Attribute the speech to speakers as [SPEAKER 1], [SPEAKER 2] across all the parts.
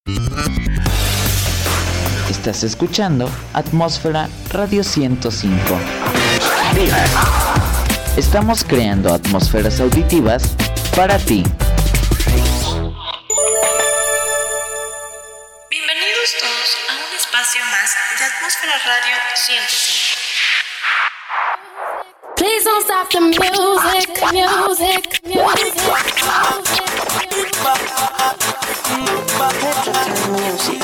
[SPEAKER 1] Estás escuchando Atmósfera Radio 105. Estamos creando atmósferas auditivas para ti.
[SPEAKER 2] Bienvenidos todos a un espacio más de Atmósfera Radio 105.
[SPEAKER 3] Please don't stop the music, music, music.
[SPEAKER 2] Music.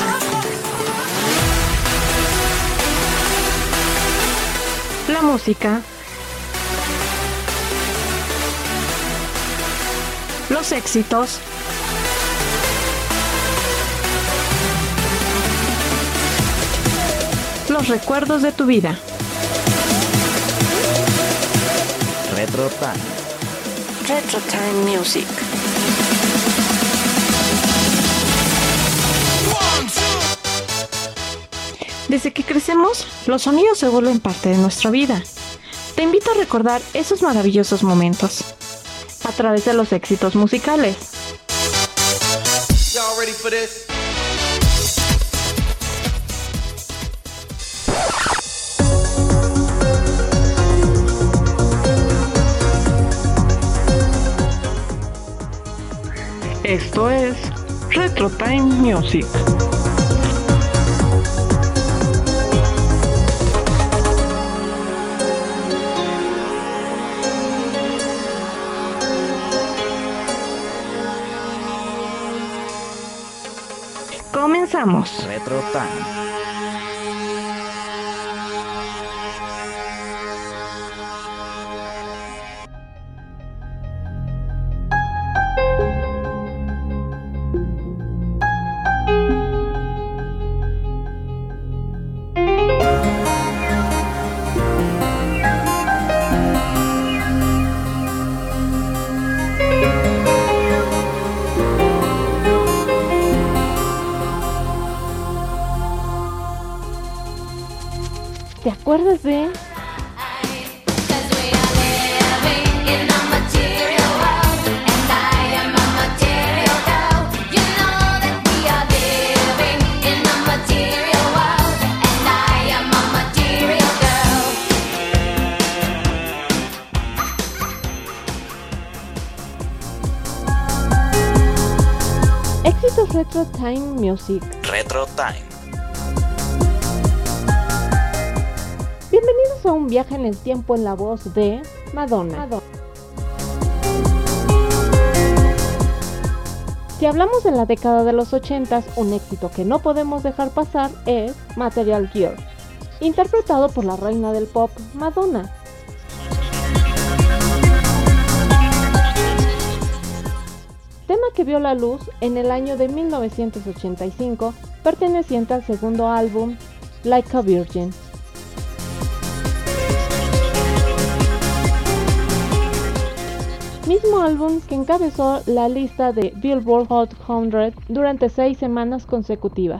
[SPEAKER 4] La música, los éxitos, los recuerdos de tu vida.
[SPEAKER 1] Retro Time.
[SPEAKER 2] Retro Time Music.
[SPEAKER 4] Desde que crecemos, los sonidos se vuelven parte de nuestra vida. Te invito a recordar esos maravillosos momentos a través de los éxitos musicales.
[SPEAKER 5] Y'all ready for this?
[SPEAKER 4] Esto es Retro Time Music. Comenzamos.
[SPEAKER 1] Retro Time.
[SPEAKER 4] ¿Te acuerdas de? Éxitos Retro Time Music.
[SPEAKER 1] Retro Time.
[SPEAKER 4] Bienvenidos a un viaje en el tiempo en la voz de Madonna. Si hablamos de la década de los 80s, un éxito que no podemos dejar pasar es Material Girl, interpretado por la reina del pop, Madonna. Tema que vio la luz en el año de 1985, perteneciente al segundo álbum, Like a Virgin. Mismo álbum que encabezó la lista de Billboard Hot 100 durante 6 semanas consecutivas.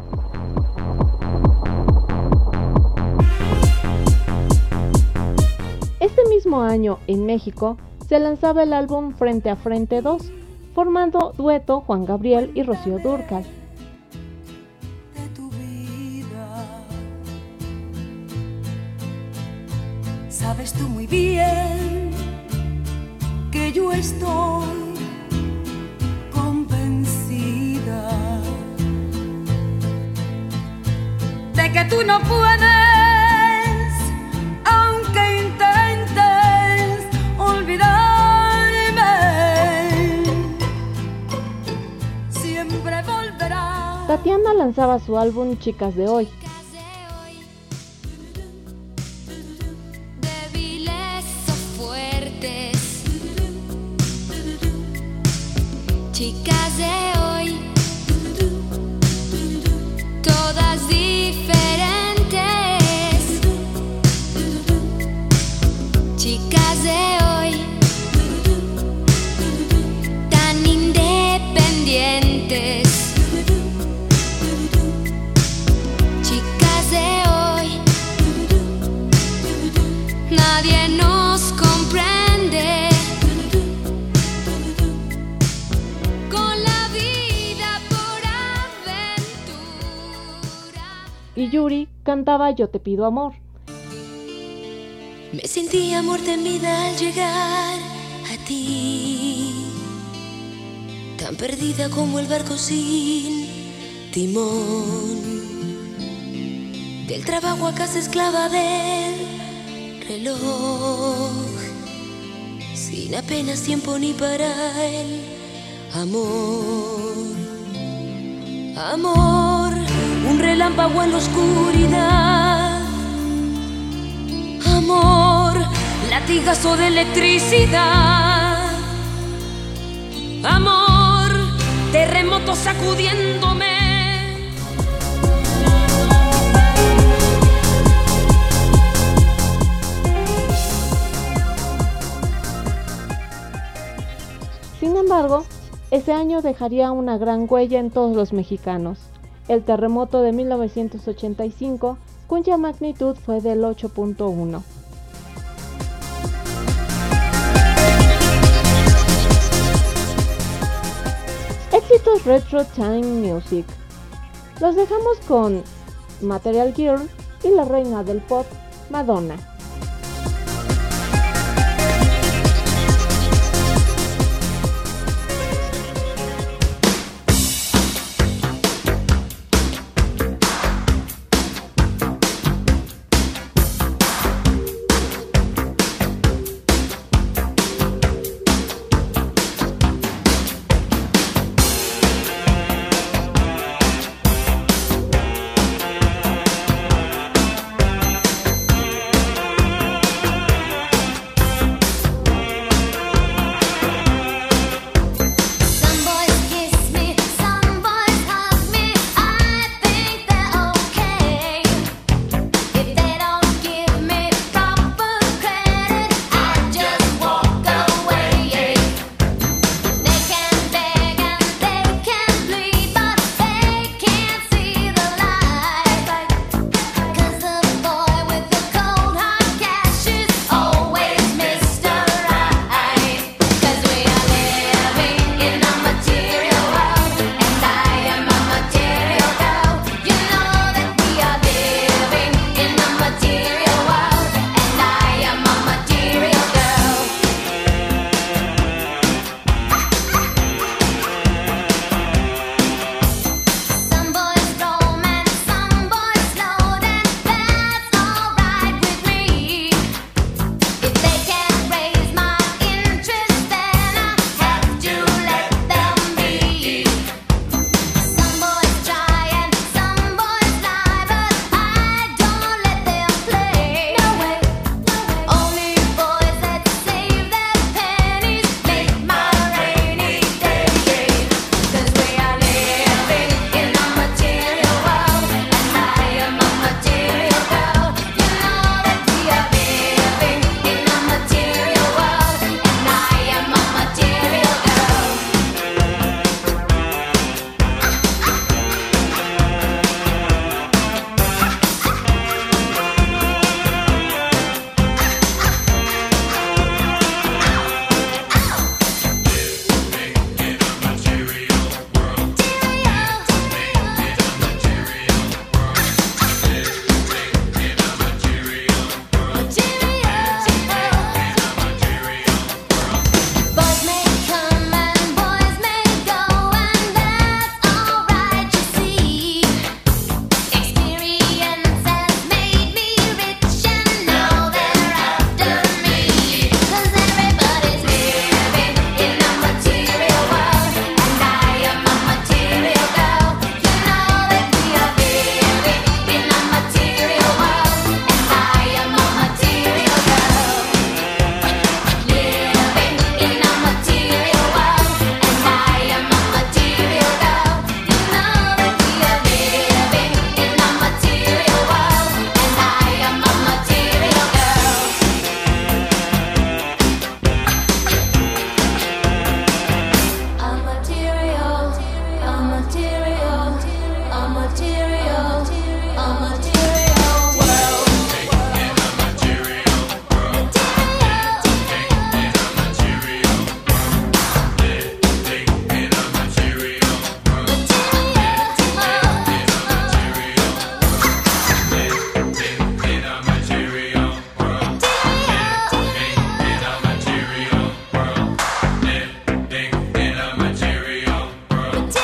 [SPEAKER 4] Este mismo año, en México, se lanzaba el álbum Frente a Frente 2, formando dueto Juan Gabriel y Rocío Dúrcal.
[SPEAKER 6] De tu vida. Sabes tú muy bien que yo estoy convencida de que tú no puedes, aunque intentes olvidarme, siempre volverás.
[SPEAKER 4] Tatiana lanzaba su álbum Chicas de Hoy.
[SPEAKER 3] Chicas de hoy, todas diferentes. Chicas de hoy, tan independientes.
[SPEAKER 4] y Yuri cantaba Yo te pido amor.
[SPEAKER 6] Me sentí amor de vida al llegar a ti, tan perdida como el barco sin timón. Del trabajo a casa esclava del reloj, sin apenas tiempo ni para el amor. Amor, un relámpago en la oscuridad. Amor, latigazo de electricidad. Amor, terremoto sacudiéndome.
[SPEAKER 4] Sin embargo, ese año dejaría una gran huella en todos los mexicanos. El terremoto de 1985, cuya magnitud fue del 8.1. Éxitos Retro Time Music. Los dejamos con Material Girl y la reina del pop, Madonna.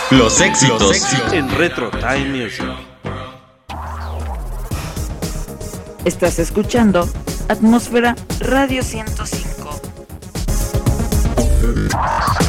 [SPEAKER 5] Los éxitos
[SPEAKER 7] en Retro Time Music.
[SPEAKER 1] Estás escuchando Atmósfera Radio 105.